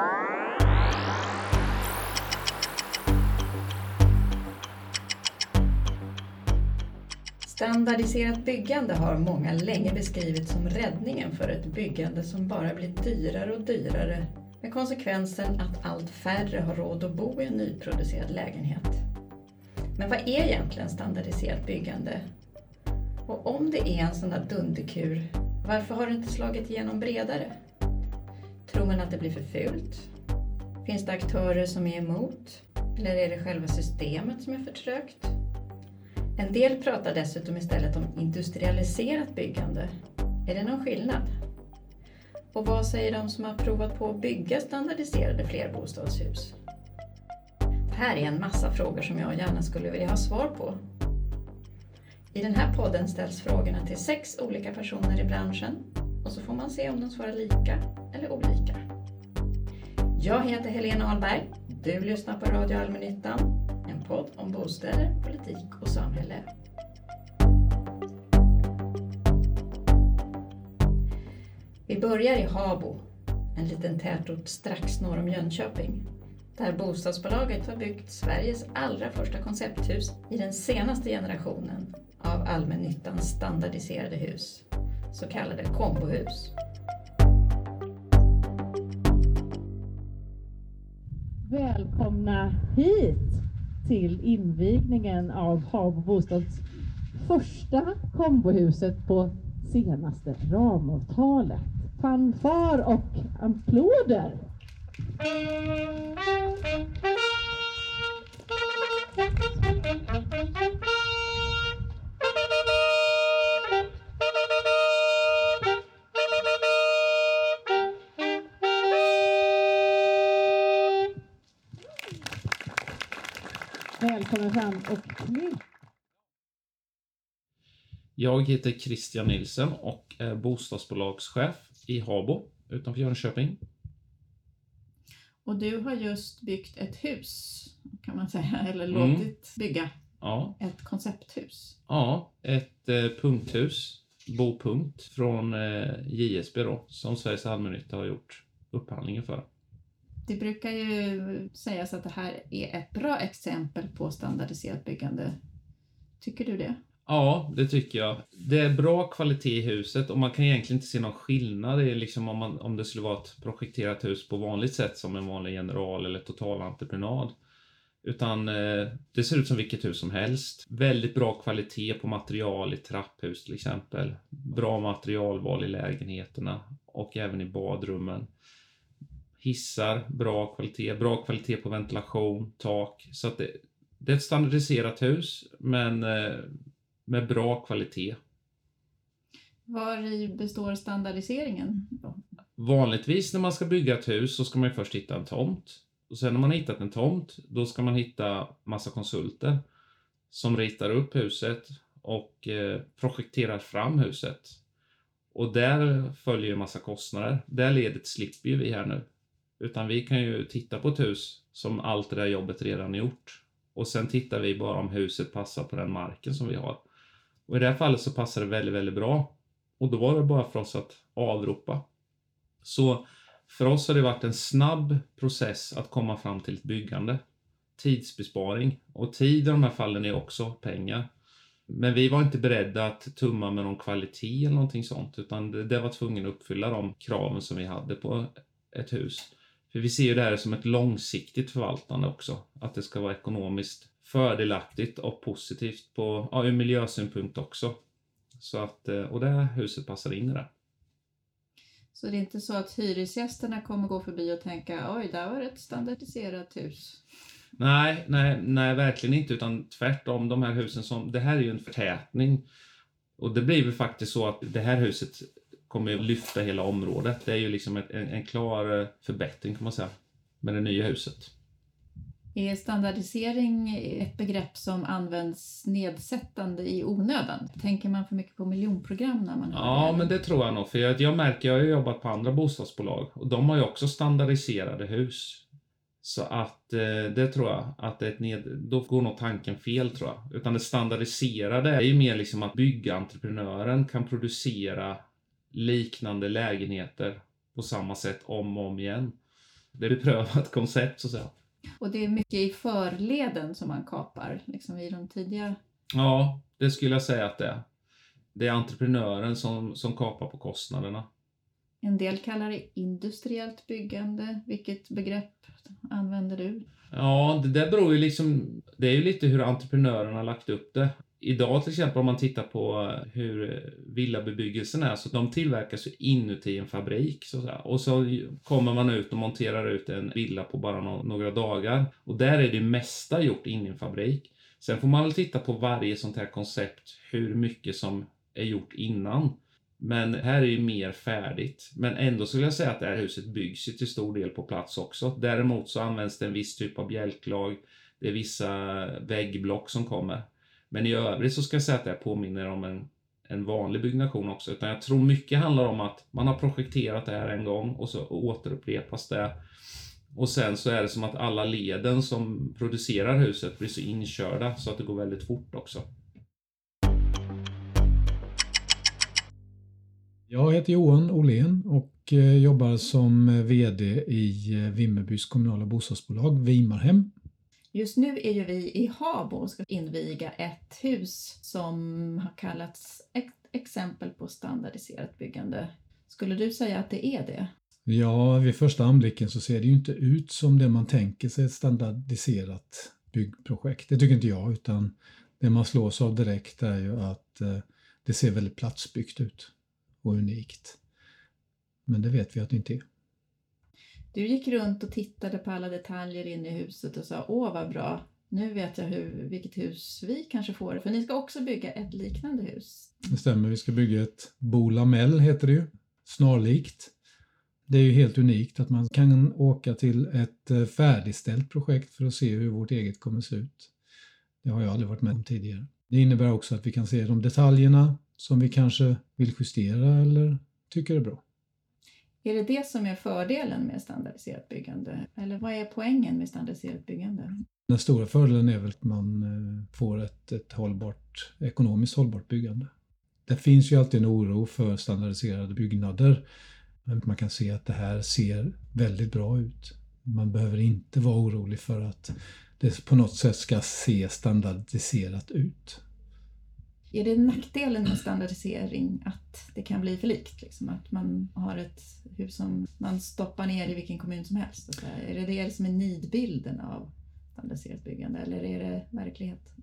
Standardiserat byggande har många länge beskrivit som räddningen för ett byggande som bara blir dyrare och dyrare, med konsekvensen att allt färre har råd att bo i en nyproducerad lägenhet. Men vad är egentligen standardiserat byggande? Och om det är en sån där dunderkur, varför har det inte slagit igenom bredare? Tror man att det blir för fult? Finns det aktörer som är emot? Eller är det själva systemet som är för trögt? En del pratar dessutom istället om industrialiserat byggande. Är det någon skillnad? Och vad säger de som har provat på att bygga standardiserade flerbostadshus? Det här är en massa frågor som jag gärna skulle vilja ha svar på. I den här podden ställs frågorna till 6 olika personer i branschen och så får man se om de svarar lika eller olika. Jag heter Helena Ahlberg. Du lyssnar på Radio Allmännyttan, en podd om bostäder, politik och samhälle. Vi börjar i Habo, en liten tätort strax norr om Jönköping, där bostadsbolaget har byggt Sveriges allra första koncepthus i den senaste generationen av allmännyttans standardiserade hus, så kallade kombohus. Välkomna hit till invigningen av Habo Bostads första kombohuset på senaste ramavtalet. Fanfar och applåder! Välkommen fram och klipp. Jag heter Christian Nilsen och är bostadsbolagschef i Habo utanför Jönköping. Och du har just byggt ett hus, kan man säga, eller låtit bygga ett koncepthus. Ja, ett punkthus, bopunkt från JSB då, som Sveriges allmännytta har gjort upphandlingen för. Det brukar ju sägas att det här är ett bra exempel på standardiserat byggande. Tycker du det? Ja, det tycker jag. Det är bra kvalitet i huset och man kan egentligen inte se någon skillnad i liksom om det skulle vara ett projekterat hus på vanligt sätt som en vanlig general eller totalentreprenad. Utan det ser ut som vilket hus som helst. Väldigt bra kvalitet på material i trapphus till exempel. Bra materialval i lägenheterna och även i badrummen. Hissar, bra kvalitet på ventilation, tak. Så att det är ett standardiserat hus men med bra kvalitet. Var består standardiseringen då? Vanligtvis när man ska bygga ett hus så ska man ju först hitta en tomt. Och sen när man har hittat en tomt, då ska man hitta massa konsulter som ritar upp huset och projekterar fram huset. Och där följer en massa kostnader. Det ledet slipper ju vi här nu. Utan vi kan ju titta på ett hus som allt det där jobbet redan är gjort. Och sen tittar vi bara om huset passar på den marken som vi har. Och i det här fallet så passar det väldigt, väldigt bra. Och då var det bara för oss att avropa. Så för oss har det varit en snabb process att komma fram till ett byggande. Tidsbesparing. Och tid i de här fallen är också pengar. Men vi var inte beredda att tumma med någon kvalitet eller någonting sånt. Utan det var tvungen att uppfylla de kraven som vi hade på ett hus. För vi ser ju det här som ett långsiktigt förvaltande också. Att det ska vara ekonomiskt fördelaktigt och positivt ur miljösynpunkt också. Så att, och det här huset passar in i det. Så det är inte så att hyresgästerna kommer gå förbi och tänka oj, där var ett standardiserat hus? Nej, verkligen inte. Utan tvärtom, de här husen det här är ju en förtätning. Och det blir väl faktiskt så att det här huset kommer att lyfta hela området. Det är ju liksom en klar förbättring kan man säga med det nya huset. Är standardisering ett begrepp som används nedsättande i onödan? Tänker man för mycket på miljonprogram när man har det? Ja, men det tror jag nog. För jag märker, jag har ju jobbat på andra bostadsbolag och de har ju också standardiserade hus. Så att det tror jag att då går nog tanken fel tror jag. Utan det standardiserade är ju mer liksom att byggentreprenören kan producera liknande lägenheter på samma sätt om och om igen. Det är beprövat koncept så att säga. Och det är mycket i förleden som man kapar, liksom i de tidiga... Ja, det skulle jag säga att det är. Det är entreprenören som kapar på kostnaderna. En del kallar det industriellt byggande. Vilket begrepp använder du? Ja, det där beror ju liksom... Det är ju lite hur entreprenören har lagt upp det. Idag till exempel om man tittar på hur villabebyggelsen är, så de tillverkas ju inuti en fabrik. Så där. Och så kommer man ut och monterar ut en villa på bara några dagar. Och där är det mesta gjort in i en fabrik. Sen får man väl titta på varje sånt här koncept, hur mycket som är gjort innan. Men här är ju mer färdigt. Men ändå så vill jag säga att det här huset byggs ju till stor del på plats också. Däremot så används det en viss typ av bjälklag. Det är vissa väggblock som kommer. Men i övrigt så ska jag säga att det påminner om en vanlig byggnation också. Utan jag tror mycket handlar om att man har projekterat det här en gång och så återupprepas det. Och sen så är det som att alla leden som producerar huset blir så inkörda så att det går väldigt fort också. Jag heter Johan Åhlén och jobbar som vd i Vimmerbys kommunala bostadsbolag Vimarhem. Just nu är ju vi i Habo och ska inviga ett hus som har kallats ett exempel på standardiserat byggande. Skulle du säga att det är det? Ja, vid första anblicken så ser det ju inte ut som det man tänker sig ett standardiserat byggprojekt. Det tycker inte jag, utan det man slås av direkt är ju att det ser väldigt platsbyggt ut och unikt. Men det vet vi att det inte är. Du gick runt och tittade på alla detaljer inne i huset och sa åh vad bra, nu vet jag vilket hus vi kanske får. För ni ska också bygga ett liknande hus. Det stämmer, vi ska bygga ett Bolamel heter det ju, snarlikt. Det är ju helt unikt att man kan åka till ett färdigställt projekt för att se hur vårt eget kommer se ut. Det har jag aldrig varit med om tidigare. Det innebär också att vi kan se de detaljerna som vi kanske vill justera eller tycker är bra. Är det det som är fördelen med standardiserat byggande? Eller vad är poängen med standardiserat byggande? Den stora fördelen är väl att man får ett ekonomiskt hållbart byggande. Det finns ju alltid en oro för standardiserade byggnader. Men man kan se att det här ser väldigt bra ut. Man behöver inte vara orolig för att det på något sätt ska se standardiserat ut. Är det nackdelen med standardisering att det kan bli för likt? Liksom? Att man har ett hus som man stoppar ner i vilken kommun som helst? Är det som är nidbilden av standardiserat byggande eller är det verklighet?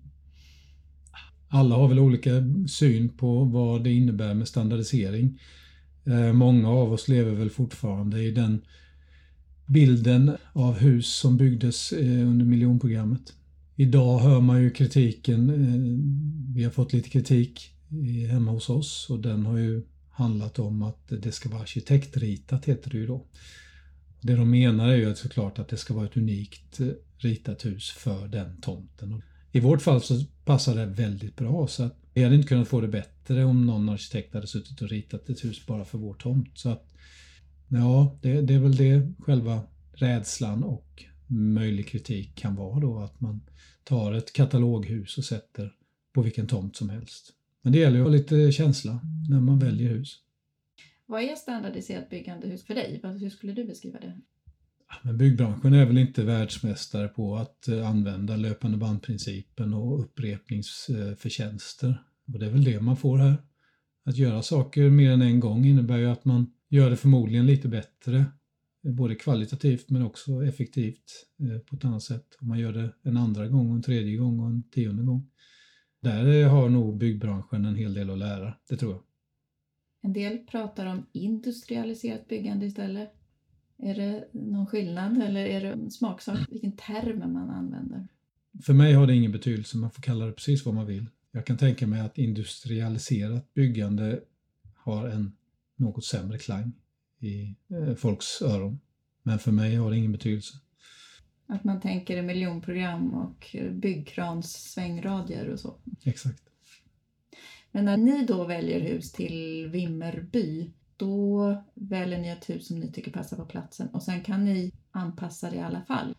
Alla har väl olika syn på vad det innebär med standardisering. Många av oss lever väl fortfarande i den bilden av hus som byggdes under miljonprogrammet. Idag hör man ju kritiken, vi har fått lite kritik hemma hos oss och den har ju handlat om att det ska vara arkitektritat heter det ju då. Det de menar är ju att såklart att det ska vara ett unikt ritat hus för den tomten. I vårt fall så passar det väldigt bra så att vi hade inte kunnat få det bättre om någon arkitekt hade suttit och ritat ett hus bara för vår tomt. Så att ja, det är väl det själva rädslan och möjlig kritik kan vara då att man tar ett kataloghus och sätter på vilken tomt som helst. Men det gäller ju att ha lite känsla när man väljer hus. Vad är standardiserat byggande hus för dig? Hur skulle du beskriva det? Men byggbranschen är väl inte världsmästare på att använda löpande bandprincipen och upprepningsförtjänster. Och det är väl det man får här. Att göra saker mer än en gång innebär ju att man gör det förmodligen lite bättre. Både kvalitativt men också effektivt på ett annat sätt. Om man gör det en andra gång, en tredje gång och en tionde gång. Där har nog byggbranschen en hel del att lära, det tror jag. En del pratar om industrialiserat byggande istället. Är det någon skillnad eller är det en smaksak vilken term man använder? För mig har det ingen betydelse, man får kalla det precis vad man vill. Jag kan tänka mig att industrialiserat byggande har en något sämre klang i folks öron. Men för mig har det ingen betydelse. Att man tänker miljonprogram och byggkrans svängradier och så. Exakt. Men när ni då väljer hus till Vimmerby, då väljer ni ett hus som ni tycker passar på platsen. Och sen kan ni anpassa det i alla fall.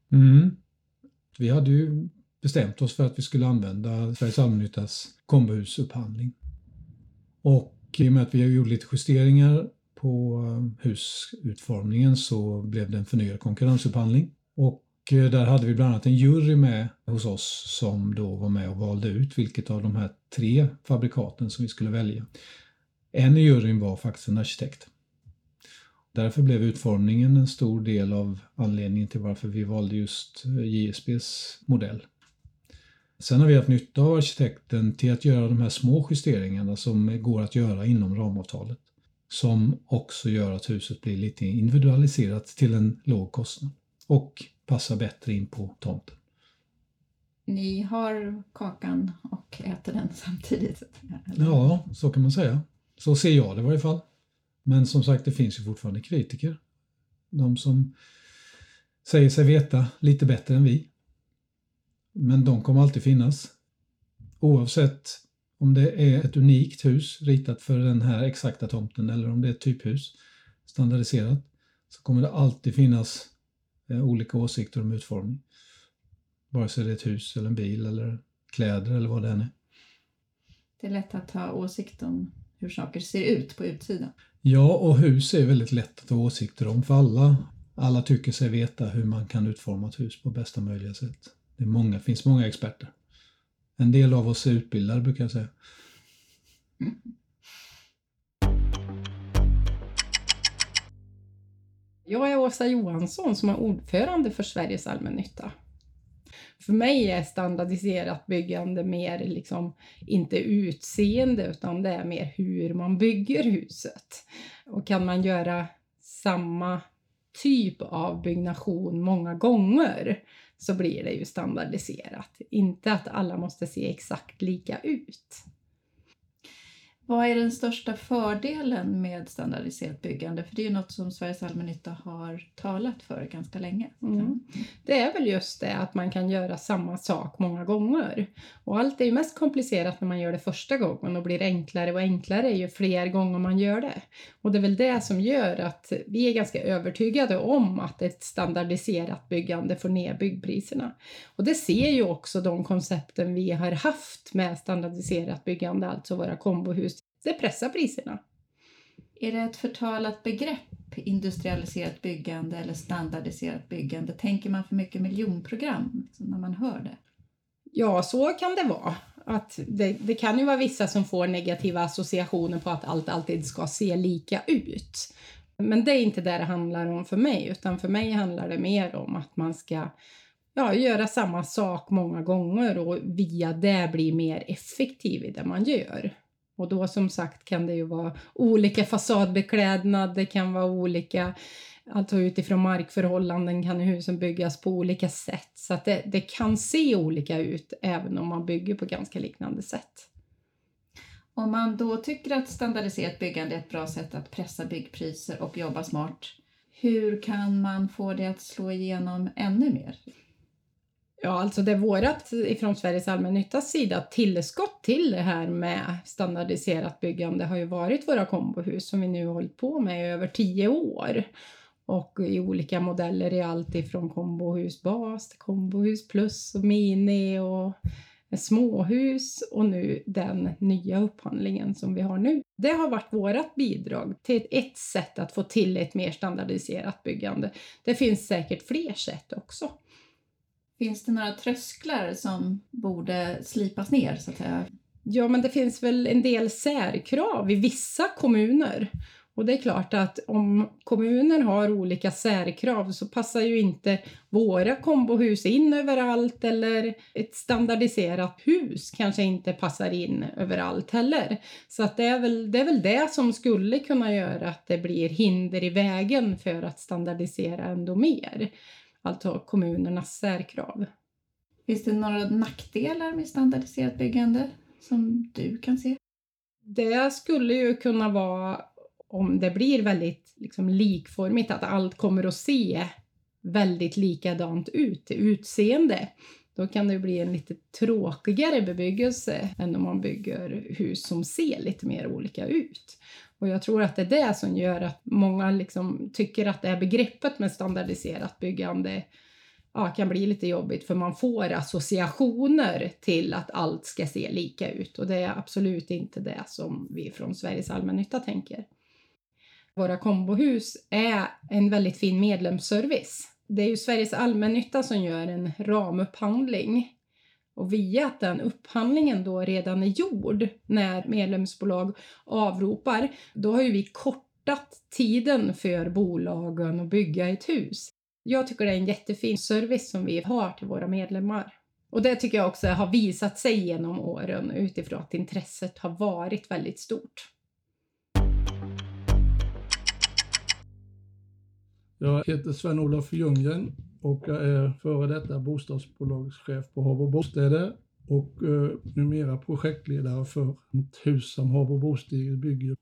Vi hade ju bestämt oss för att vi skulle använda Sveriges Allmännyttas kombohusupphandling. Och i och med att vi har gjort lite justeringar på husutformningen så blev det en förnyad konkurrensupphandling. Och där hade vi bland annat en jury med hos oss som då var med och valde ut vilket av de här 3 fabrikaten som vi skulle välja. En i juryn var faktiskt en arkitekt. Därför blev utformningen en stor del av anledningen till varför vi valde just JSBs modell. Sen har vi haft nytta av arkitekten till att göra de här små justeringarna som går att göra inom ramavtalet. Som också gör att huset blir lite individualiserat till en låg kostnad. Och passar bättre in på tomten. Ni har kakan och äter den samtidigt? Eller? Ja, så kan man säga. Så ser jag det i varje fall. Men som sagt, det finns ju fortfarande kritiker. De som säger sig veta lite bättre än vi. Men de kommer alltid finnas. Oavsett om det är ett unikt hus ritat för den här exakta tomten eller om det är ett typhus standardiserat, så kommer det alltid finnas olika åsikter om utformning. Vare sig det är ett hus eller en bil eller kläder eller vad det än är. Det är lätt att ha åsikt om hur saker ser ut på utsidan. Ja, och hus är väldigt lätt att ha åsikter om för alla tycker sig veta hur man kan utforma ett hus på bästa möjliga sätt. Det finns många experter. En del av oss är utbildade, brukar jag säga. Jag är Åsa Johansson som är ordförande för Sveriges allmännytta. För mig är standardiserat byggande mer liksom inte utseende, utan det är mer hur man bygger huset. Och kan man göra samma typ av byggnation många gånger så blir det ju standardiserat. Inte att alla måste se exakt lika ut. Vad är den största fördelen med standardiserat byggande? För det är ju något som Sveriges allmännytta har talat för ganska länge. Det är väl just det att man kan göra samma sak många gånger. Och allt är ju mest komplicerat när man gör det första gången och blir enklare och enklare ju fler gånger man gör det. Och det är väl det som gör att vi är ganska övertygade om att ett standardiserat byggande får ner byggpriserna. Och det ser ju också de koncepten vi har haft med standardiserat byggande, alltså våra kombohus. Det pressar priserna. Är det ett förtalat begrepp, industrialiserat byggande eller standardiserat byggande? Tänker man för mycket miljonprogram när man hör det? Ja, så kan det vara. Att det kan ju vara vissa som får negativa associationer på att allt alltid ska se lika ut. Men det är inte det handlar om för mig, utan för mig handlar det mer om att man ska göra samma sak många gånger och via det bli mer effektiv i det man gör. Och då som sagt kan det ju vara olika fasadbeklädnad, det kan vara olika, alltså utifrån markförhållanden kan husen byggas på olika sätt. Så att det kan se olika ut även om man bygger på ganska liknande sätt. Om man då tycker att standardiserat byggande är ett bra sätt att pressa byggpriser och jobba smart, hur kan man få det att slå igenom ännu mer? Ja, alltså det är vårat ifrån Sveriges allmännyttas sida tillskott till det här med standardiserat byggande har ju varit våra kombohus som vi nu har hållit på med i över 10 år. Och i olika modeller i allt ifrån kombohus bas till kombohus plus och mini och småhus och nu den nya upphandlingen som vi har nu. Det har varit vårat bidrag till ett sätt att få till ett mer standardiserat byggande. Det finns säkert fler sätt också. Finns det några trösklar som borde slipas ner så att säga? Ja, men det finns väl en del särkrav i vissa kommuner. Och det är klart att om kommuner har olika särkrav så passar ju inte våra kombohus in överallt, eller ett standardiserat hus kanske inte passar in överallt heller. Så att det är väl det som skulle kunna göra att det blir hinder i vägen för att standardisera ändå mer. Alltså kommunernas särkrav. Finns det några nackdelar med standardiserat byggande som du kan se? Det skulle ju kunna vara om det blir väldigt likformigt, att allt kommer att se väldigt likadant ut i utseende. Då kan det bli en lite tråkigare bebyggelse än om man bygger hus som ser lite mer olika ut. Och jag tror att det är det som gör att många tycker att det här begreppet med standardiserat byggande kan bli lite jobbigt. För man får associationer till att allt ska se lika ut. Och det är absolut inte det som vi från Sveriges allmännytta tänker. Våra kombohus är en väldigt fin medlemsservice. Det är ju Sveriges allmännytta som gör en ramupphandling. Och via att den upphandlingen då redan är gjord när medlemsbolag avropar, då har ju vi kortat tiden för bolagen att bygga ett hus. Jag tycker det är en jättefin service som vi har till våra medlemmar. Och det tycker jag också har visat sig genom åren utifrån att intresset har varit väldigt stort. Jag heter Sven-Olof Ljunggren och jag är före detta bostadsbolagschef på Habo Bostäder och numera projektledare för ett hus som Habo Bostäder bygger.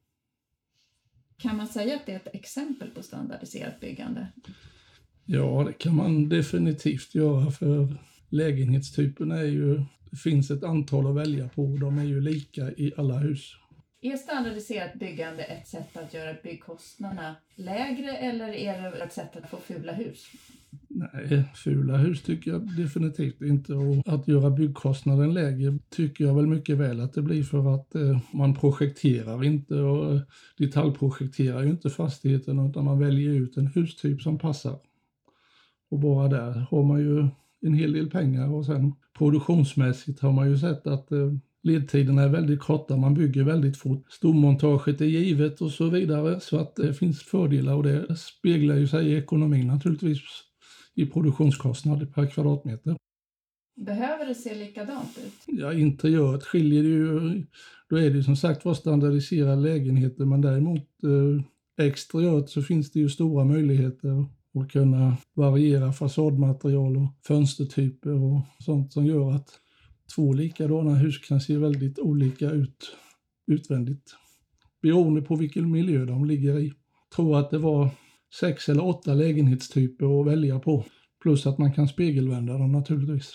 Kan man säga att det är ett exempel på standardiserat byggande? Ja, det kan man definitivt göra, för lägenhetstyperna det finns ett antal att välja på. De är ju lika i alla hus. Är standardiserat byggande ett sätt att göra byggkostnaderna lägre eller är det ett sätt att få fula hus? Nej, fula hus tycker jag definitivt inte. Och att göra byggkostnaden lägre tycker jag väl mycket väl att det blir, för att man projekterar inte och detaljprojekterar ju inte fastigheten, utan man väljer ut en hustyp som passar. Och bara där har man ju en hel del pengar, och sen produktionsmässigt har man ju sett att ledtiderna är väldigt korta, man bygger väldigt fort. Stormontaget är givet och så vidare, så att det finns fördelar, och det speglar ju sig i ekonomin naturligtvis, i produktionskostnader per kvadratmeter. Behöver det se likadant ut? Ja, interiöret skiljer det ju, då är det ju som sagt var standardiserade lägenheter, men däremot exteriört så finns det ju stora möjligheter att kunna variera fasadmaterial och fönstertyper och sånt som gör att två likadana hus kan se väldigt olika ut utvändigt, beroende på vilken miljö de ligger i. Jag tror att det var 6 eller 8 lägenhetstyper att välja på, plus att man kan spegelvända dem naturligtvis.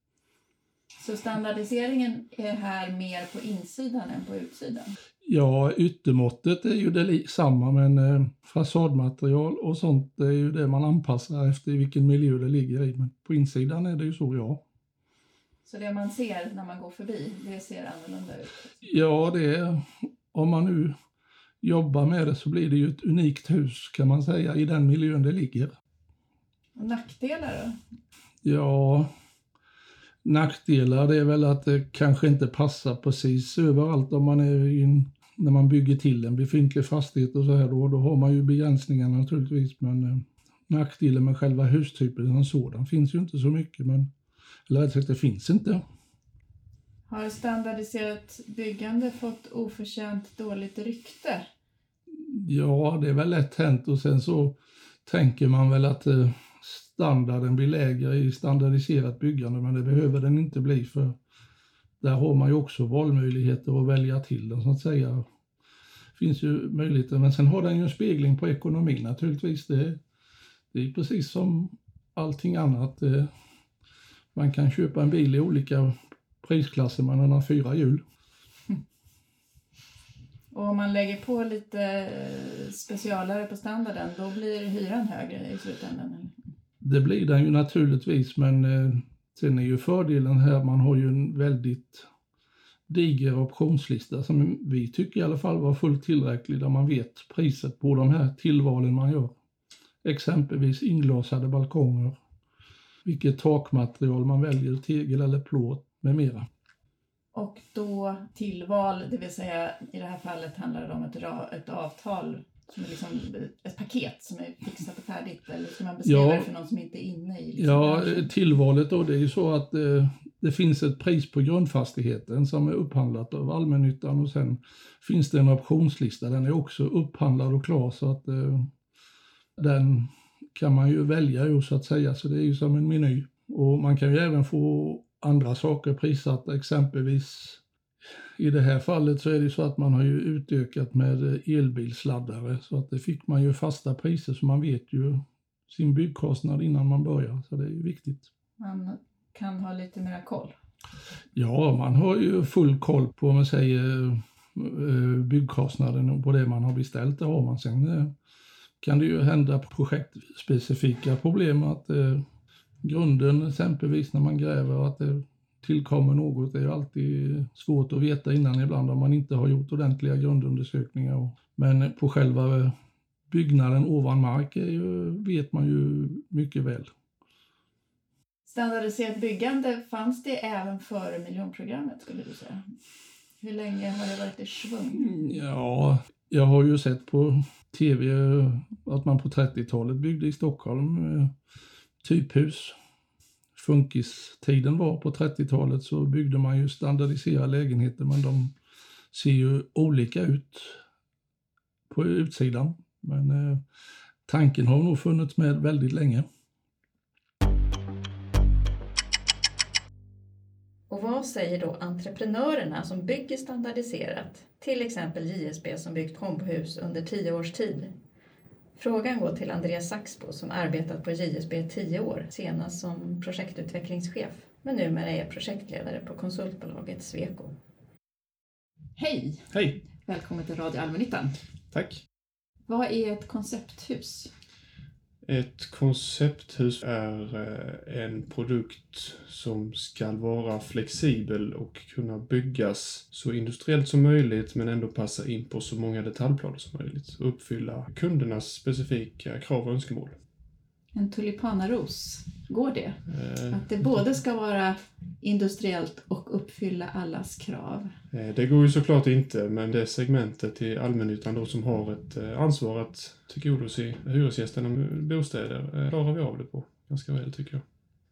Så standardiseringen är här mer på insidan än på utsidan? Ja, yttermåttet är ju detsamma, men fasadmaterial och sånt är ju det man anpassar efter vilken miljö det ligger i. Men på insidan är det ju så, ja. Så det man ser när man går förbi, det ser annorlunda ut? Ja, om man nu jobbar med det så blir det ju ett unikt hus, kan man säga, i den miljön det ligger. Och nackdelar då? Ja, nackdelar det är väl att det kanske inte passar precis överallt om man är när man bygger till en befintlig fastighet och så här då har man ju begränsningar naturligtvis, men nackdelen med själva hustypen som sådan finns ju inte så mycket, eller rätt sagt det finns inte. Har standardiserat byggande fått oförtjänt dåligt rykte? Ja, det är väl lätt hänt, och sen så tänker man väl att standarden blir lägre i standardiserat byggande, men det behöver den inte bli, för där har man ju också valmöjligheter att välja till den så att säga. Det finns ju möjligheter, men sen har den ju en spegling på ekonomin naturligtvis. Det är precis som allting annat. Man kan köpa en bil i olika prisklasser, men den har 4 hjul. Och om man lägger på lite specialare på standarden, då blir hyran högre i slutändan? Eller? Det blir den ju naturligtvis, men sen är ju fördelen här, man har ju en väldigt diger optionslista som vi tycker i alla fall var fullt tillräcklig, där man vet priset på de här tillvalen man gör. Exempelvis inglasade balkonger, vilket takmaterial man väljer, tegel eller plåt med mera. Och då tillval, det vill säga i det här fallet handlar det om ett avtal som är liksom ett paket som är fixat och färdigt, eller ska man beskriva det för någon som inte är inne i branschen? Tillvalet då, det är ju så att det finns ett pris på grundfastigheten som är upphandlat av allmännyttan, och sen finns det en optionslista, den är också upphandlad och klar, så att den kan man ju välja ju så att säga, så det är ju som en meny. Och man kan ju även få andra saker prissatta, exempelvis i det här fallet så är det så att man har ju utökat med elbilsladdare, så att det fick man ju fasta priser, så man vet ju sin byggkostnad innan man börjar, så det är ju viktigt. Man kan ha lite mer koll. Ja, man har ju full koll på, om man säger, byggkostnaden och på det man har beställt, det har man. Sen kan det ju hända projektspecifika problem, att grunden exempelvis när man gräver, att det tillkommer något, det är ju alltid svårt att veta innan ibland om man inte har gjort ordentliga grundundersökningar. Men på själva byggnaden ovan mark vet man ju mycket väl. Standardiserat byggande, fanns det även före miljonprogrammet skulle du säga? Hur länge har det varit i svung? Ja, jag har ju sett på tv att man på 30-talet byggde i Stockholm typhus. Funkistiden var på 30-talet så byggde man ju standardiserade lägenheter, men de ser ju olika ut på utsidan. Men tanken har nog funnits med väldigt länge. Och vad säger då entreprenörerna som bygger standardiserat? Till exempel JSB som byggt kombohus under 10 års tid. Frågan går till Andreas Saxbo som arbetat på JSB i 10 år, senast som projektutvecklingschef, men numera är projektledare på konsultbolaget Sweco. Hej! Hej! Välkommen till Radio Allmännyttan. Tack! Vad är ett koncepthus? Ett koncepthus är en produkt som ska vara flexibel och kunna byggas så industriellt som möjligt men ändå passa in på så många detaljplaner som möjligt och uppfylla kundernas specifika krav och önskemål. En tulipanaros, går det? Att det både ska vara industriellt och uppfylla allas krav? Det går ju såklart inte, men det segmentet i allmännyttan då som har ett ansvar att tillgodose hyresgästerna bostäder klarar vi av det på ganska väl tycker jag.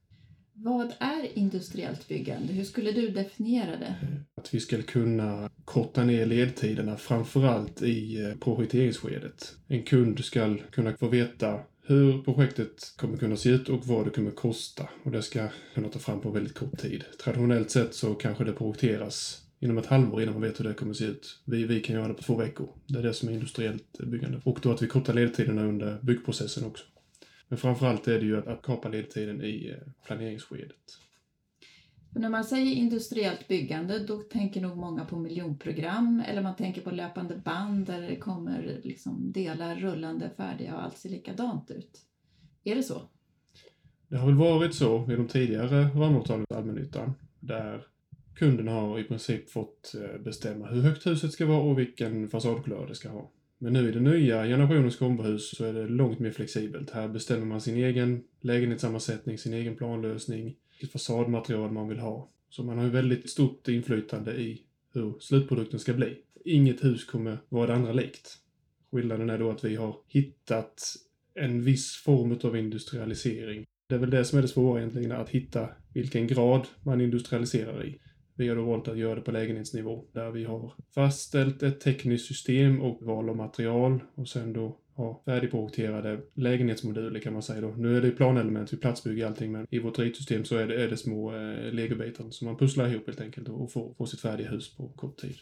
Vad är industriellt byggande? Hur skulle du definiera det? Att vi ska kunna korta ner ledtiderna framförallt i projekteringsskedet. En kund ska kunna få veta hur projektet kommer kunna se ut och vad det kommer kosta. Och det ska kunna ta fram på väldigt kort tid. Traditionellt sett så kanske det projekteras inom ett halvår innan man vet hur det kommer se ut. Vi kan göra det på 2 veckor. Det är det som är industriellt byggande. Och då att vi kortar ledtiderna under byggprocessen också. Men framförallt är det ju att kapa ledtiden i planeringsskedet. För när man säger industriellt byggande då tänker nog många på miljonprogram eller man tänker på löpande band där det kommer liksom delar rullande färdiga och allt ser likadant ut. Är det så? Det har väl varit så i de tidigare ramavtalen med allmännyttan där kunden har i princip fått bestämma hur högt huset ska vara och vilken fasadkulör det ska ha. Men nu i den nya generationens kombohus så är det långt mer flexibelt. Här bestämmer man sin egen lägenhetssammansättning, sin egen planlösning, vilket fasadmaterial man vill ha. Så man har ju väldigt stort inflytande i hur slutprodukten ska bli. Inget hus kommer vara det andra likt. Skillnaden är då att vi har hittat en viss form av industrialisering. Det är väl det som är det svåra egentligen, att hitta vilken grad man industrialiserar i. Vi har då valt att göra det på lägenhetsnivå där vi har fastställt ett tekniskt system och val av material och sen då ha färdigprojekterade lägenhetsmoduler kan man säga då. Nu är det planelement, vi platsbygger allting men i vårt ritsystem så är det små legobitar som man pusslar ihop helt enkelt och får sitt färdiga hus på kort tid.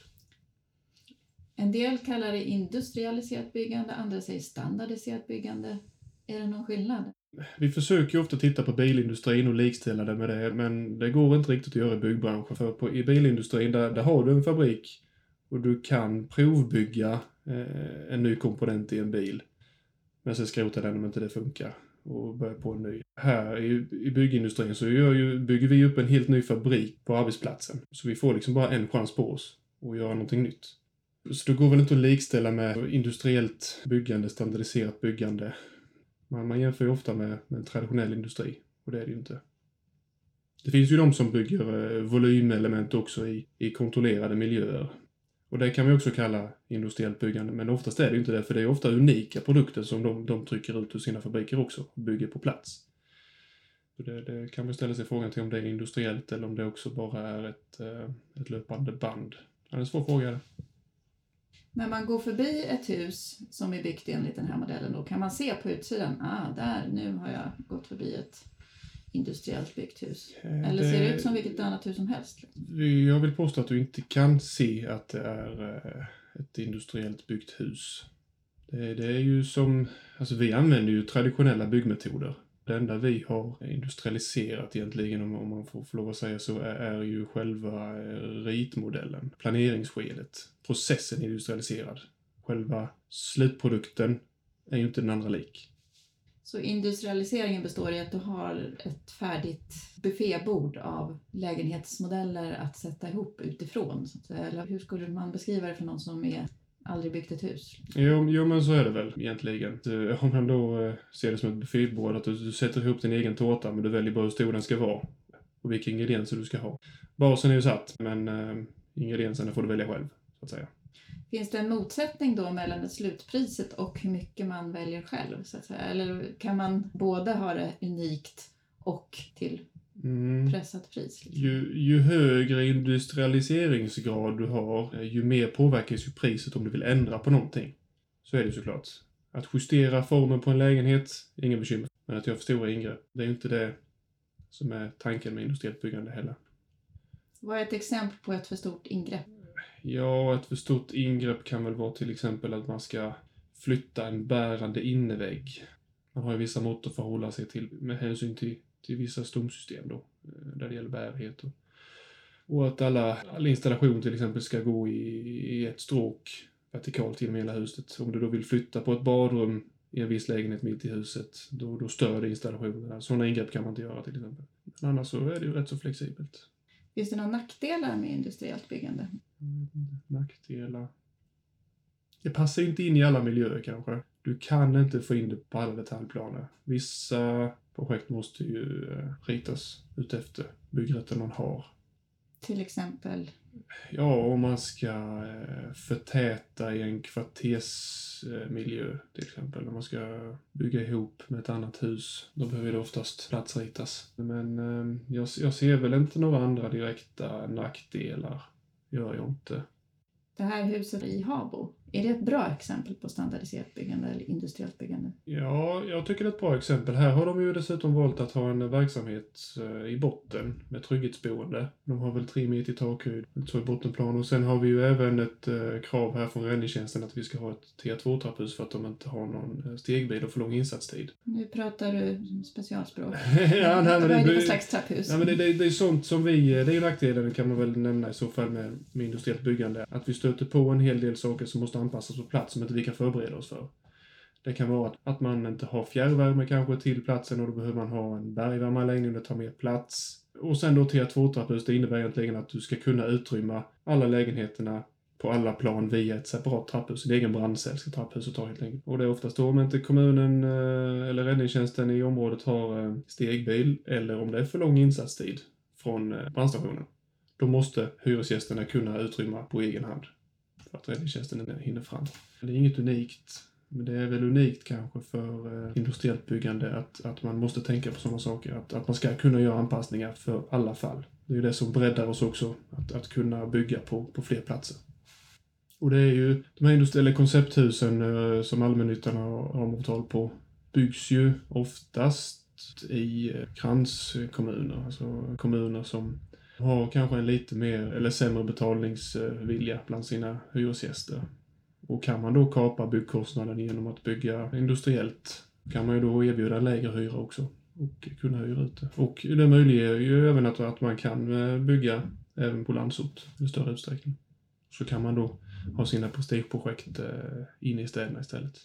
En del kallar det industrialiserat byggande, andra säger standardiserat byggande. Är det någon skillnad? Vi försöker ju ofta titta på bilindustrin och likställa det med det, men det går inte riktigt att göra i byggbranschen. För i bilindustrin, där har du en fabrik och du kan provbygga en ny komponent i en bil. Men sen skrota den om inte det funkar och börja på en ny. Här i byggindustrin så bygger vi upp en helt ny fabrik på arbetsplatsen. Så vi får liksom bara en chans på oss att göra någonting nytt. Så det går väl inte att likställa med industriellt byggande, standardiserat byggande. Man jämför ju ofta med en traditionell industri och det är det ju inte. Det finns ju de som bygger volymelement också i kontrollerade miljöer. Och det kan vi också kalla industriellt byggande, men oftast är det ju inte det för det är ofta unika produkter som de trycker ut ur sina fabriker också och bygger på plats. Så det kan man ställa sig frågan till om det är industriellt eller om det också bara är ett löpande band. Det är en svår fråga. När man går förbi ett hus som är byggt enligt den här modellen då kan man se på utsidan, nu har jag gått förbi ett industriellt byggt hus. Eller ser det ut som vilket annat hus som helst? Jag vill påstå att du inte kan se att det är ett industriellt byggt hus. Det är ju som, alltså vi använder ju traditionella byggmetoder. Det enda vi har industrialiserat egentligen, om man får lov att säga så, är ju själva ritmodellen, planeringsskedet. Processen är industrialiserad. Själva slutprodukten är ju inte den andra lik. Så industrialiseringen består i att du har ett färdigt buffébord av lägenhetsmodeller att sätta ihop utifrån. Så att säga. Eller hur skulle man beskriva det för någon som är aldrig byggt ett hus. Jo, men så är det väl egentligen. Om man då ser det som ett buffébord, att du sätter ihop din egen tårta, men du väljer bara hur stor den ska vara och vilka ingredienser du ska ha. Basen är ju satt, men ingredienserna får du välja själv, så att säga. Finns det en motsättning då mellan det slutpriset och hur mycket man väljer själv, så att säga? Eller kan man både ha det unikt och till pressat pris? Liksom? Ju högre industrialiseringsgrad du har, ju mer påverkas ju priset om du vill ändra på någonting. Så är det såklart. Att justera formen på en lägenhet, ingen bekymmer. Men att göra för stora ingrepp, det är ju inte det som är tanken med industriellt byggande heller. Vad är ett exempel på ett för stort ingrepp? Ja, ett för stort ingrepp kan väl vara till exempel att man ska flytta en bärande innevägg. Man har ju vissa mått att förhålla sig till med hänsyn till vissa stomsystem då, där det gäller bärighet. Och att all installation till exempel ska gå i ett stråk vertikalt genom hela huset. Om du då vill flytta på ett badrum i en viss lägenhet mitt i huset, då stör det installationen. Sådana ingrepp kan man inte göra till exempel. Men annars så är det ju rätt så flexibelt. Finns det några nackdelar med industriellt byggande? Nackdelar? Det passar inte in i alla miljöer kanske. Du kan inte få in det på alla detaljplaner. Vissa projekt måste ju ritas utefter byggrätten man har. Till exempel? Ja, om man ska förtäta i en kvartersmiljö till exempel. Om man ska bygga ihop med ett annat hus, då behöver det oftast platsritas. Men jag ser väl inte några andra direkta nackdelar. Gör jag inte. Det här huset i Habo, är det ett bra exempel på standardiserat byggande eller industriellt byggande? Ja, jag tycker det är ett bra exempel. Här har de ju dessutom valt att ha en verksamhet i botten med trygghetsboende. De har väl 3 meter i takhöjd, så i bottenplan. Och sen har vi ju även ett krav här från räddningstjänsten att vi ska ha ett T2-trapphus för att de inte har någon stegbil och för lång insatstid. Nu pratar du specialspråk. Ja, nej, men vad är det för slags trapphus? Ja, men det är sånt som det är ju nackdelen kan man väl nämna i så fall med industriellt byggande. Att vi stöter på en hel del saker som måste anpassas på plats som inte vi kan förbereda oss för. Det kan vara att man inte har fjärrvärme kanske till platsen och då behöver man ha en bergvärmeanläggning och det tar mer plats. Och sen då T2-trapphus, det innebär egentligen att du ska kunna utrymma alla lägenheterna på alla plan via ett separat trapphus. En egen brandcell ska trapphuset ta helt enkelt. Och det är oftast då om inte kommunen eller räddningstjänsten i området har stegbil eller om det är för lång insatstid från brandstationen. Då måste hyresgästerna kunna utrymma på egen hand för att räddningstjänsten hinner fram. Det är inget unikt, men det är väl unikt kanske för industriellt byggande att man måste tänka på sådana saker. Att man ska kunna göra anpassningar för alla fall. Det är ju det som breddar oss också, att kunna bygga på fler platser. Och det är ju de här industriella koncepthusen som allmännyttan har avtal på byggs ju oftast i kranskommuner, alltså kommuner som har kanske en lite mer eller sämre betalningsvilja bland sina hyresgäster. Och kan man då kapa byggkostnaden genom att bygga industriellt kan man ju då erbjuda en lägre hyra också och kunna hyra ut det. Och det möjliggör ju även att man kan bygga även på landsort i större utsträckning. Så kan man då ha sina prestigeprojekt inne i städerna istället.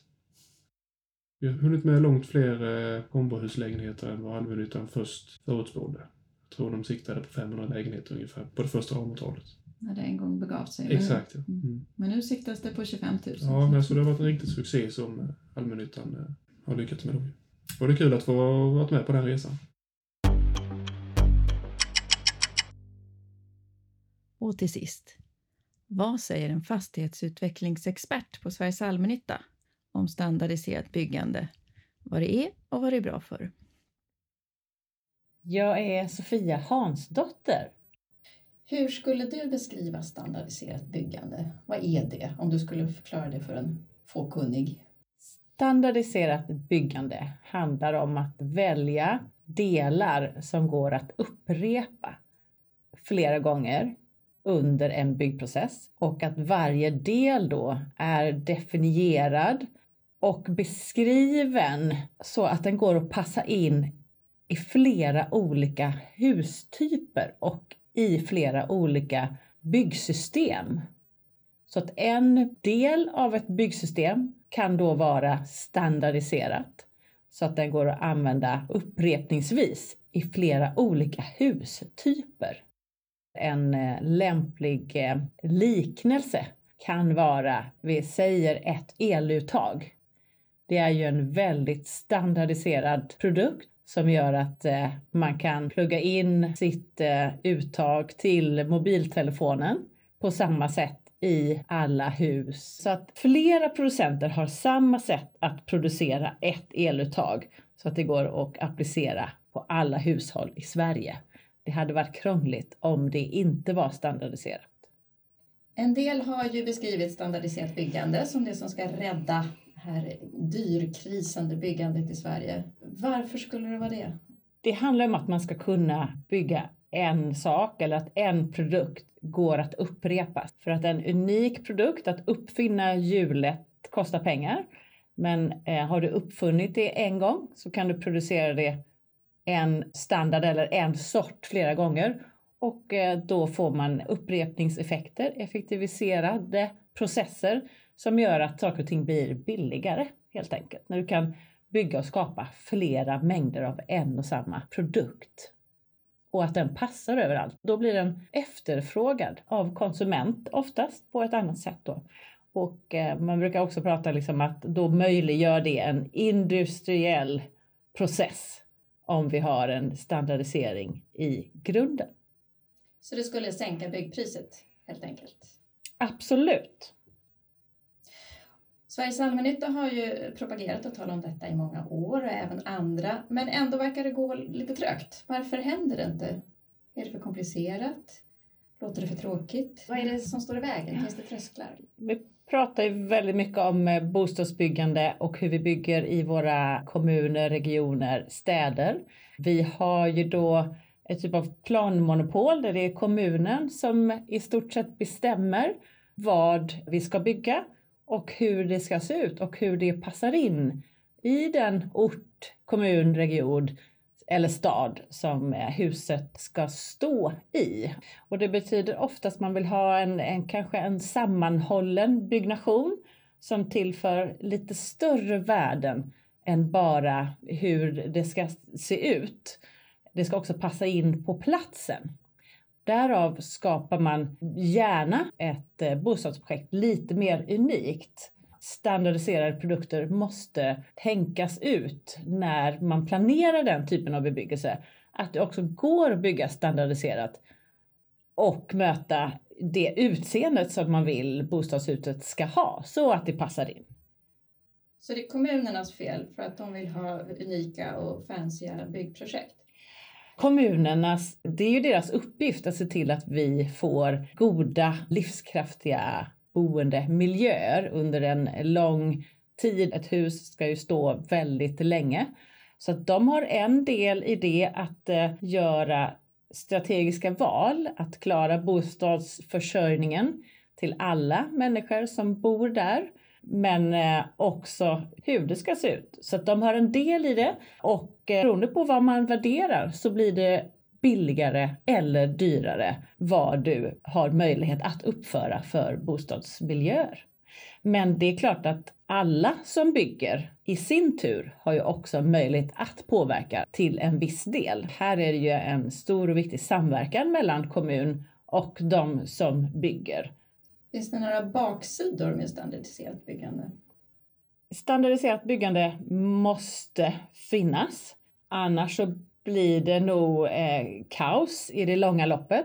Vi har hunnit med långt fler kombohuslägenheter än vad allmännyttan först förutspådde. Jag tror de siktade på 500 lägenheter ungefär på det första ramavtalet. När det en gång begav sig. Exakt, ja. Men nu siktas det på 25 000. Ja, men så det har varit en riktig succé som allmännyttan har lyckats med. Och det är kul att få vara med på den resan. Och till sist, vad säger en fastighetsutvecklingsexpert på Sveriges allmännytta om standardiserat byggande? Vad det är och vad det är bra för? Jag är Sofia Hansdotter. Hur skulle du beskriva standardiserat byggande? Vad är det, om du skulle förklara det för en fåkunnig? Standardiserat byggande handlar om att välja delar som går att upprepa flera gånger under en byggprocess. Och att varje del då är definierad och beskriven så att den går att passa in i flera olika hustyper och i flera olika byggsystem. Så att en del av ett byggsystem kan då vara standardiserat så att den går att använda upprepningsvis i flera olika hustyper. En lämplig liknelse kan vara, vi säger ett eluttag. Det är ju en väldigt standardiserad produkt som gör att man kan plugga in sitt uttag till mobiltelefonen på samma sätt i alla hus. Så att flera producenter har samma sätt att producera ett eluttag så att det går att applicera på alla hushåll i Sverige. Det hade varit krångligt om det inte var standardiserat. En del har ju beskrivit standardiserat byggande som det som ska rädda det här dyrkrisande byggandet i Sverige. Varför skulle det vara det? Det handlar om att man ska kunna bygga en sak eller att en produkt går att upprepa. För att en unik produkt, att uppfinna hjulet, kostar pengar. Men har du uppfunnit det en gång så kan du producera det en standard eller en sort flera gånger. Och då får man upprepningseffekter, effektiviserade processer som gör att saker och ting blir billigare helt enkelt. När du kan bygga och skapa flera mängder av en och samma produkt. Och att den passar överallt. Då blir den efterfrågad av konsument oftast på ett annat sätt då. Och man brukar också prata liksom att då möjliggör det en industriell process om vi har en standardisering i grunden. Så det skulle sänka byggpriset helt enkelt? Absolut. Sveriges allmännytta har ju propagerat och talat om detta i många år och även andra. Men ändå verkar det gå lite trögt. Varför händer det inte? Är det för komplicerat? Låter det för tråkigt? Vad är det som står i vägen? Finns det trösklar? Vi pratar ju väldigt mycket om bostadsbyggande och hur vi bygger i våra kommuner, regioner, städer. Vi har ju då ett typ av planmonopol där det är kommunen som i stort sett bestämmer vad vi ska bygga och hur det ska se ut och hur det passar in i den ort, kommun, region eller stad som huset ska stå i. Och det betyder oftast att man vill ha kanske en sammanhållen byggnation som tillför lite större värden än bara hur det ska se ut. Det ska också passa in på platsen. Därav skapar man gärna ett bostadsprojekt lite mer unikt. Standardiserade produkter måste tänkas ut när man planerar den typen av bebyggelse. Att det också går att bygga standardiserat och möta det utseendet som man vill bostadshuset ska ha så att det passar in. Så det är kommunernas fel för att de vill ha unika och fanciga byggprojekt? Kommunernas, det är ju deras uppgift att se till att vi får goda, livskraftiga boendemiljöer under en lång tid. Ett hus ska ju stå väldigt länge. Så att de har en del i det att göra strategiska val, att klara bostadsförsörjningen till alla människor som bor där. Men också hur det ska se ut. Så att de har en del i det och beroende på vad man värderar så blir det billigare eller dyrare vad du har möjlighet att uppföra för bostadsmiljöer. Men det är klart att alla som bygger i sin tur har ju också möjlighet att påverka till en viss del. Här är det ju en stor och viktig samverkan mellan kommun och de som bygger. Finns det några baksidor med standardiserat byggande? Standardiserat byggande måste finnas. Annars så blir det nog kaos i det långa loppet.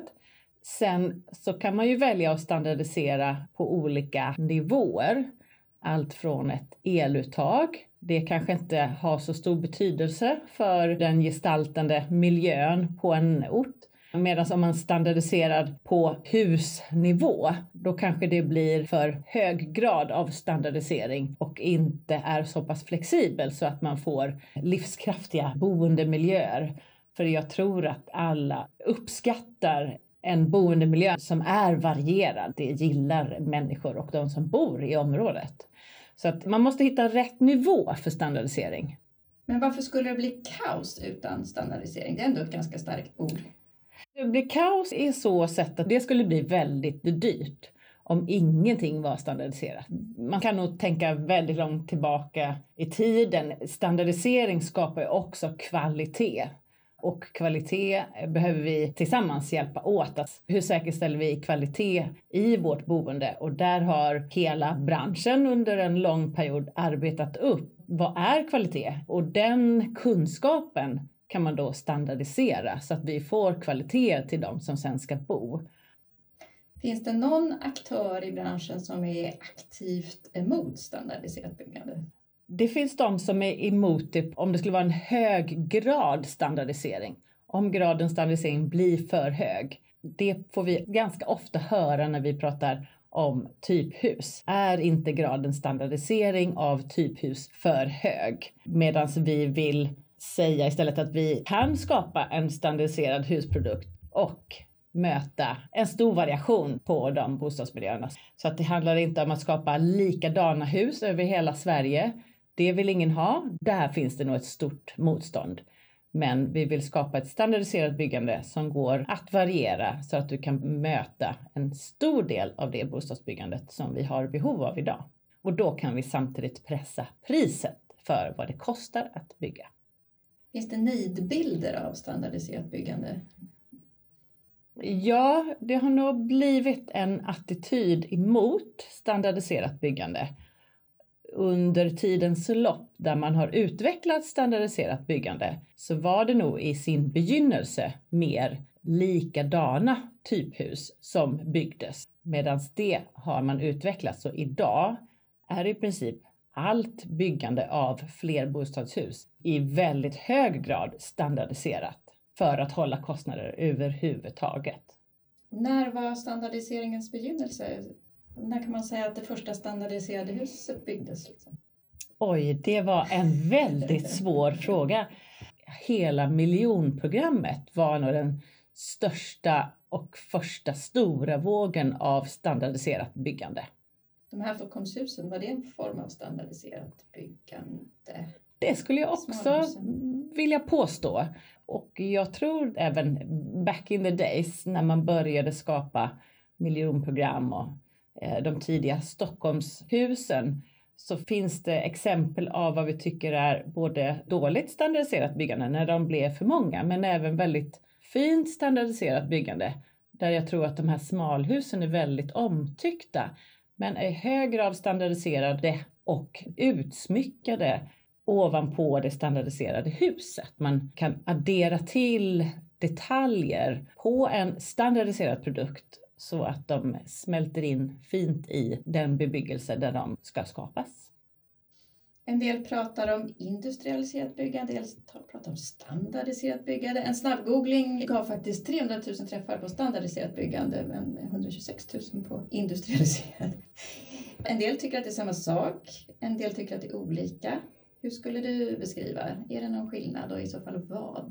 Sen så kan man ju välja att standardisera på olika nivåer. Allt från ett eluttag. Det kanske inte har så stor betydelse för den gestaltande miljön på en ort. Medan om man standardiserar på husnivå, då kanske det blir för hög grad av standardisering och inte är så pass flexibel så att man får livskraftiga boendemiljöer. För jag tror att alla uppskattar en boendemiljö som är varierad. Det gillar människor och de som bor i området. Så att man måste hitta rätt nivå för standardisering. Men varför skulle det bli kaos utan standardisering? Det är ändå ett ganska starkt ord. Det blir kaos i så sätt att det skulle bli väldigt dyrt om ingenting var standardiserat. Man kan nog tänka väldigt långt tillbaka i tiden. Standardisering skapar ju också kvalitet. Och kvalitet behöver vi tillsammans hjälpa åt. Hur säkerställer vi kvalitet i vårt boende? Och där har hela branschen under en lång period arbetat upp. Vad är kvalitet? Och den kunskapen kan man då standardisera så att vi får kvalitet till de som sen ska bo. Finns det någon aktör i branschen som är aktivt emot standardiserat byggande? Det finns de som är emot det om det skulle vara en hög grad standardisering. Om graden standardisering blir för hög. Det får vi ganska ofta höra när vi pratar om typhus. Är inte graden standardisering av typhus för hög? Medan vi vill säga istället att vi kan skapa en standardiserad husprodukt och möta en stor variation på de bostadsmiljöerna. Så att det handlar inte om att skapa likadana hus över hela Sverige. Det vill ingen ha. Där finns det nog ett stort motstånd. Men vi vill skapa ett standardiserat byggande som går att variera så att du kan möta en stor del av det bostadsbyggandet som vi har behov av idag. Och då kan vi samtidigt pressa priset för vad det kostar att bygga. Finns det nidbilder av standardiserat byggande? Ja, det har nog blivit en attityd emot standardiserat byggande under tidens lopp där man har utvecklat standardiserat byggande, så var det nog i sin begynnelse mer likadana typhus som byggdes. Medan det har man utvecklat, så idag är i princip allt byggande av flerbostadshus i väldigt hög grad standardiserat för att hålla kostnader överhuvudtaget. När var standardiseringens begynnelse? När kan man säga att det första standardiserade huset byggdes? Liksom? Oj, det var en väldigt svår fråga. Hela miljonprogrammet var nog den största och första stora vågen av standardiserat byggande. De här Stockholmshusen, var det en form av standardiserat byggande? Det skulle jag också vilja påstå. Och jag tror även back in the days när man började skapa miljonprogram och de tidiga Stockholmshusen, så finns det exempel av vad vi tycker är både dåligt standardiserat byggande när de blev för många, men även väldigt fint standardiserat byggande där jag tror att de här smalhusen är väldigt omtyckta men är hög grad standardiserade och utsmyckade ovanpå det standardiserade huset. Man kan addera till detaljer på en standardiserad produkt så att de smälter in fint i den bebyggelse där de ska skapas. En del pratar om industrialiserat byggande, en del pratar om standardiserat byggande. En snabbgoogling gav faktiskt 300 000 träffar på standardiserat byggande men 126 000 på industrialiserat. En del tycker att det är samma sak, en del tycker att det är olika. Hur skulle du beskriva? Är det någon skillnad och i så fall vad?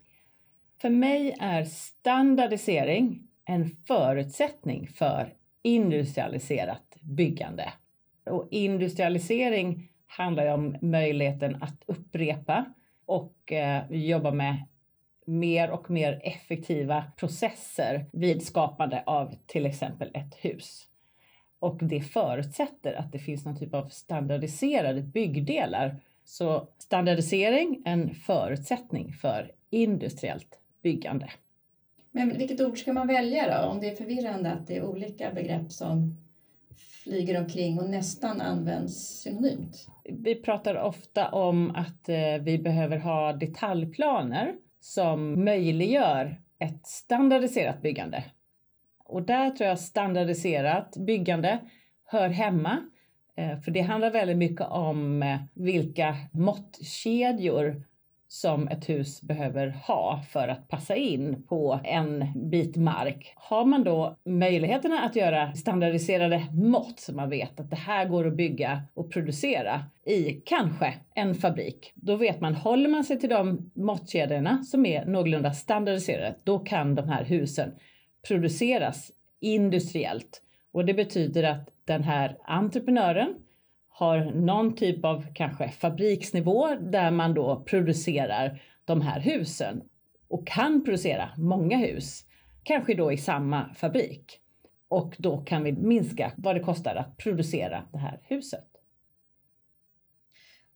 För mig är standardisering en förutsättning för industrialiserat byggande. Och industrialisering handlar ju om möjligheten att upprepa och jobba med mer och mer effektiva processer vid skapande av till exempel ett hus. Och det förutsätter att det finns någon typ av standardiserade byggdelar. Så standardisering är en förutsättning för industriellt byggande. Men vilket ord ska man välja då? Om det är förvirrande att det är olika begrepp som flyger omkring och nästan används synonymt. Vi pratar ofta om att vi behöver ha detaljplaner som möjliggör ett standardiserat byggande. Och där tror jag standardiserat byggande hör hemma. För det handlar väldigt mycket om vilka måttkedjor som ett hus behöver ha för att passa in på en bit mark. Har man då möjligheterna att göra standardiserade mått så man vet att det här går att bygga och producera i kanske en fabrik. Då vet man, håller man sig till de måttkedjorna som är någorlunda standardiserade, då kan de här husen produceras industriellt. Och det betyder att den här entreprenören har någon typ av kanske fabriksnivå där man då producerar de här husen och kan producera många hus, kanske då i samma fabrik. Och då kan vi minska vad det kostar att producera det här huset.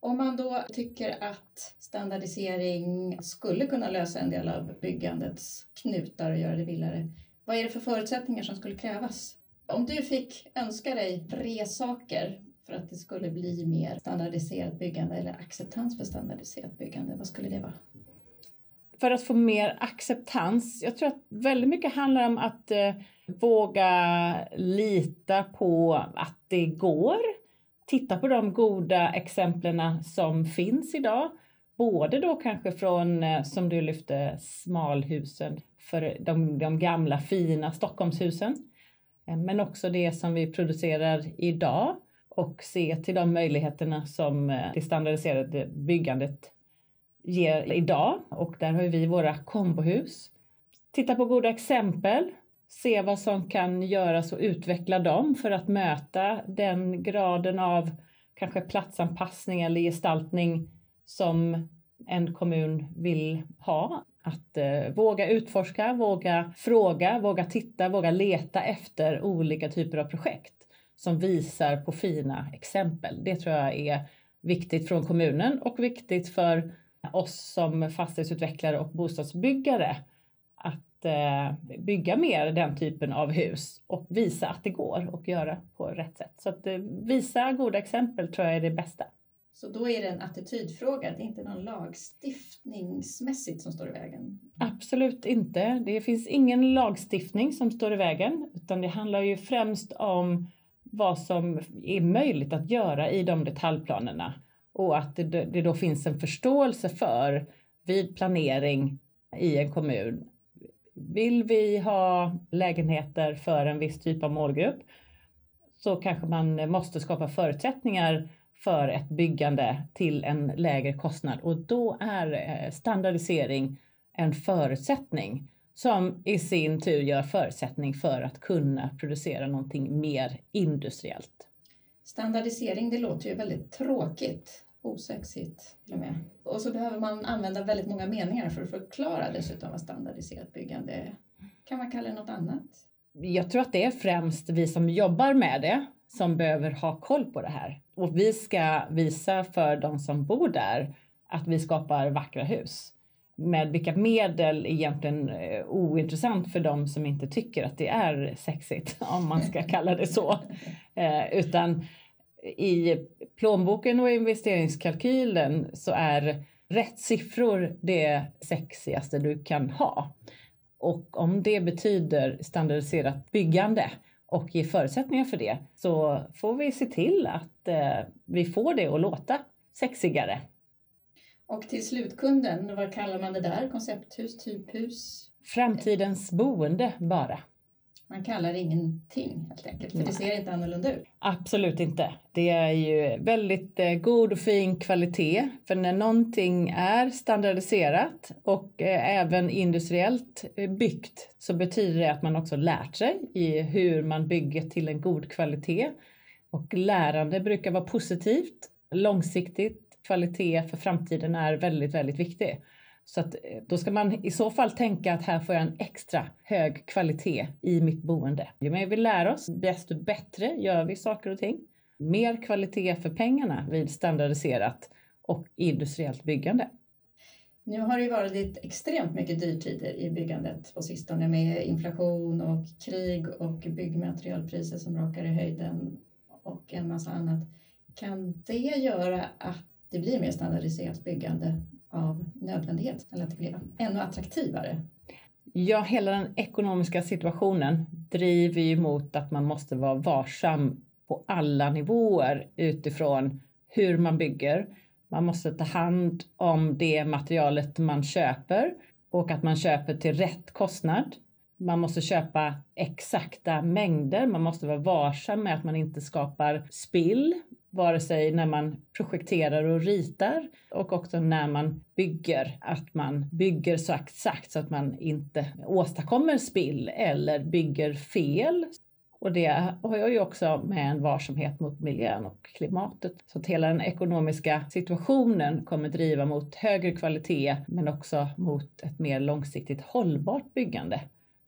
Om man då tycker att standardisering skulle kunna lösa en del av byggandets knutar och göra det billigare, vad är det för förutsättningar som skulle krävas? Om du fick önska dig 3 saker för att det skulle bli mer standardiserat byggande eller acceptans för standardiserat byggande, vad skulle det vara? För att få mer acceptans, jag tror att väldigt mycket handlar om att våga lita på att det går. Titta på de goda exemplen som finns idag. Både då kanske från, som du lyfte, smalhusen för de gamla fina Stockholmshusen. Men också det som vi producerar idag och se till de möjligheterna som det standardiserade byggandet ger idag. Och där har vi våra kombohus. Titta på goda exempel. Se vad som kan göras och utveckla dem för att möta den graden av kanske platsanpassning eller gestaltning som en kommun vill ha. Att våga utforska, våga fråga, våga titta, våga leta efter olika typer av projekt som visar på fina exempel. Det tror jag är viktigt från kommunen och viktigt för oss som fastighetsutvecklare och bostadsbyggare att bygga mer den typen av hus och visa att det går och göra på rätt sätt. Så att visa goda exempel tror jag är det bästa. Så då är det en attitydfråga, det är inte någon lagstiftningsmässigt som står i vägen? Absolut inte. Det finns ingen lagstiftning som står i vägen, utan det handlar ju främst om vad som är möjligt att göra i de detaljplanerna. Och att det då finns en förståelse för vid planering i en kommun. Vill vi ha lägenheter för en viss typ av målgrupp så kanske man måste skapa förutsättningar för ett byggande till en lägre kostnad. Och då är standardisering en förutsättning som i sin tur gör förutsättning för att kunna producera någonting mer industriellt. Standardisering, det låter ju väldigt tråkigt. Osexigt till och med. Och så behöver man använda väldigt många meningar för att förklara dessutom vad standardiserat byggande är. Kan man kalla det något annat? Jag tror att det är främst vi som jobbar med det som behöver ha koll på det här. Och vi ska visa för de som bor där att vi skapar vackra hus. Med vilka medel är egentligen ointressant för de som inte tycker att det är sexigt, om man ska kalla det så. Utan i plånboken och investeringskalkylen så är rätt siffror det sexigaste du kan ha. Och om det betyder standardiserat byggande och ge förutsättningar för det, så får vi se till att vi får det att låta sexigare. Och till slutkunden, vad kallar man det där? Koncepthus, typhus? Framtidens boende bara. Man kallar ingenting helt enkelt, för det ser inte annorlunda ut. Absolut inte. Det är ju väldigt god och fin kvalitet. För när någonting är standardiserat och även industriellt byggt så betyder det att man också lärt sig i hur man bygger till en god kvalitet. Och lärande brukar vara positivt, långsiktigt. Kvalitet för framtiden är väldigt, väldigt viktig. Så att då ska man i så fall tänka att här får jag en extra hög kvalitet i mitt boende. Ju mer vi lär oss, desto bättre gör vi saker och ting. Mer kvalitet för pengarna vid standardiserat och industriellt byggande. Nu har det ju varit extremt mycket dyrtider i byggandet på sistone med inflation och krig och byggmaterialpriser som rakar i höjden och en massa annat. Kan det göra att det blir mer standardiserat byggande av nödvändighet eller att det blir ännu attraktivare? Ja, hela den ekonomiska situationen driver ju mot att man måste vara varsam på alla nivåer utifrån hur man bygger. Man måste ta hand om det materialet man köper och att man köper till rätt kostnad. Man måste köpa exakta mängder. Man måste vara varsam med att man inte skapar spill, vare sig när man projekterar och ritar och också när man bygger. Att man bygger så exakt så att man inte åstadkommer spill eller bygger fel. Och det har jag ju också med en varsamhet mot miljön och klimatet. Så att hela den ekonomiska situationen kommer driva mot högre kvalitet men också mot ett mer långsiktigt hållbart byggande.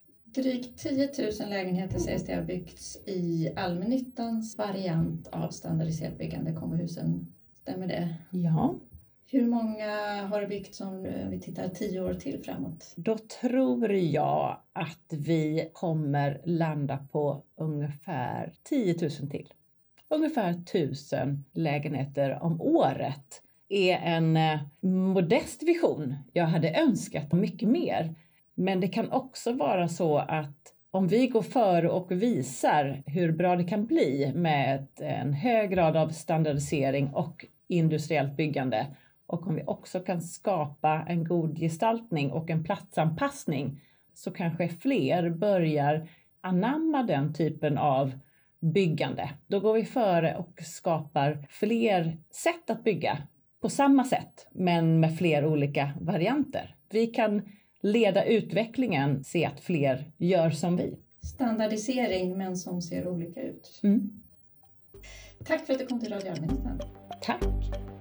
Drygt 10 000 lägenheter sägs det har byggts i allmännyttans variant av standardiserat byggande, kombohusen. Stämmer det? Ja, Hur många har det byggt som vi tittar 10 år till framåt? då tror jag att vi kommer landa på ungefär 10 000 till. Ungefär 1000 lägenheter om året är en modest vision. Jag hade önskat mycket mer. Men det kan också vara så att om vi går före och visar hur bra det kan bli med en hög grad av standardisering och industriellt byggande, och om vi också kan skapa en god gestaltning och en platsanpassning, så kanske fler börjar anamma den typen av byggande. Då går vi före och skapar fler sätt att bygga på samma sätt, men med fler olika varianter. Vi kan leda utvecklingen, se att fler gör som vi. Standardisering, men som ser olika ut. Tack för att du kom till Radio Allmännyttan. Tack!